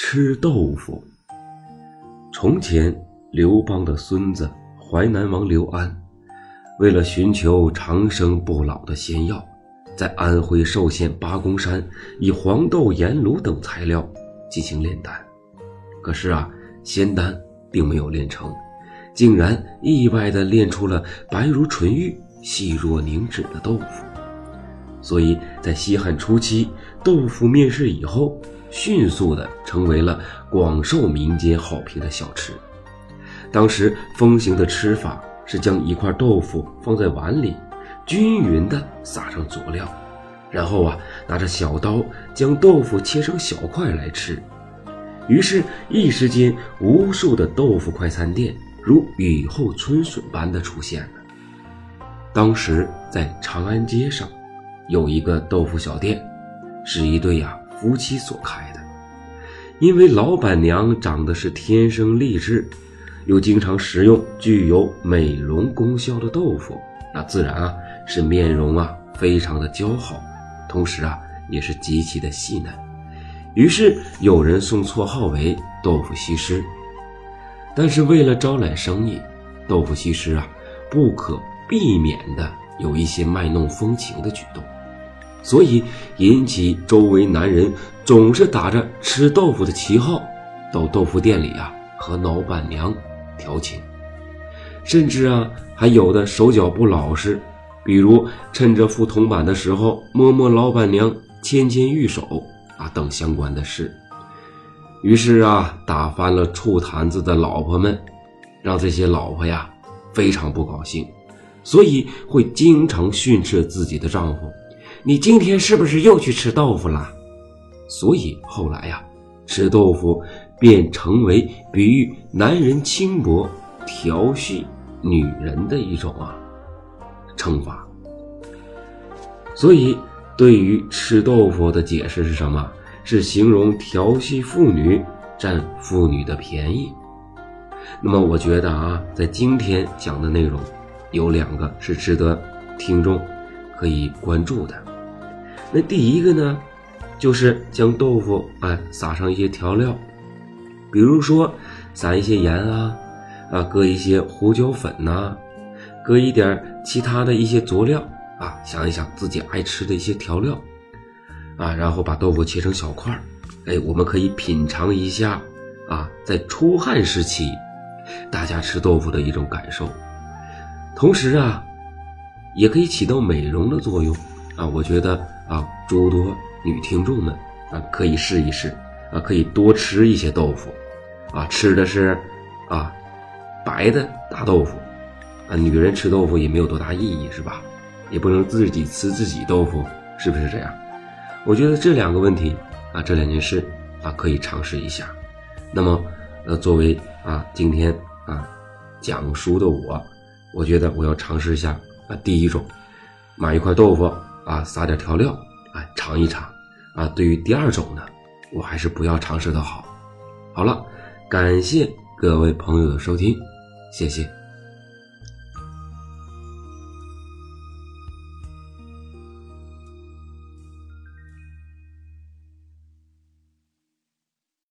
吃豆腐。从前，刘邦的孙子淮南王刘安，为了寻求长生不老的仙药，在安徽寿县八公山以黄豆、盐卤等材料进行炼丹。可是仙丹并没有炼成，竟然意外地炼出了白如纯玉、细若凝脂的豆腐。所以在西汉初期，豆腐面世以后，迅速地成为了广受民间好评的小吃。当时风行的吃法是将一块豆腐放在碗里，均匀地撒上佐料，然后拿着小刀将豆腐切成小块来吃。于是一时间，无数的豆腐快餐店如雨后春笋般的出现了。当时在长安街上有一个豆腐小店，是一对夫妻所开的。因为老板娘长得是天生丽质，又经常食用具有美容功效的豆腐，那自然是面容非常的姣好，同时也是极其的细嫩。于是有人送绰号为豆腐西施。但是为了招揽生意，豆腐西施不可避免的有一些卖弄风情的举动，所以引起周围男人总是打着吃豆腐的旗号到豆腐店里和老板娘调情。甚至还有的手脚不老实，比如趁着付铜板的时候摸摸老板娘，牵牵玉手等相关的事。于是打翻了醋坛子的老婆们，让这些老婆非常不高兴，所以会经常训斥自己的丈夫，你今天是不是又去吃豆腐了？所以后来吃豆腐便成为比喻男人轻薄、调戏女人的一种称法。所以对于吃豆腐的解释是什么？是形容调戏妇女，占妇女的便宜。那么我觉得在今天讲的内容有两个是值得听众可以关注的。那第一个呢，就是将豆腐撒上一些调料，比如说撒一些盐搁一些胡椒粉搁一点其他的一些佐料想一想自己爱吃的一些调料然后把豆腐切成小块我们可以品尝一下在出汉时期大家吃豆腐的一种感受，同时也可以起到美容的作用我觉得诸多女听众们可以试一试可以多吃一些豆腐吃的是白的大豆腐女人吃豆腐也没有多大意义是吧？也不能自己吃自己豆腐，是不是这样？我觉得这两个问题这两件事可以尝试一下。那么作为今天讲书的我觉得我要尝试一下第一种，买一块豆腐撒点调料尝一尝对于第二种呢，我还是不要尝试的好。好了，感谢各位朋友的收听，谢谢。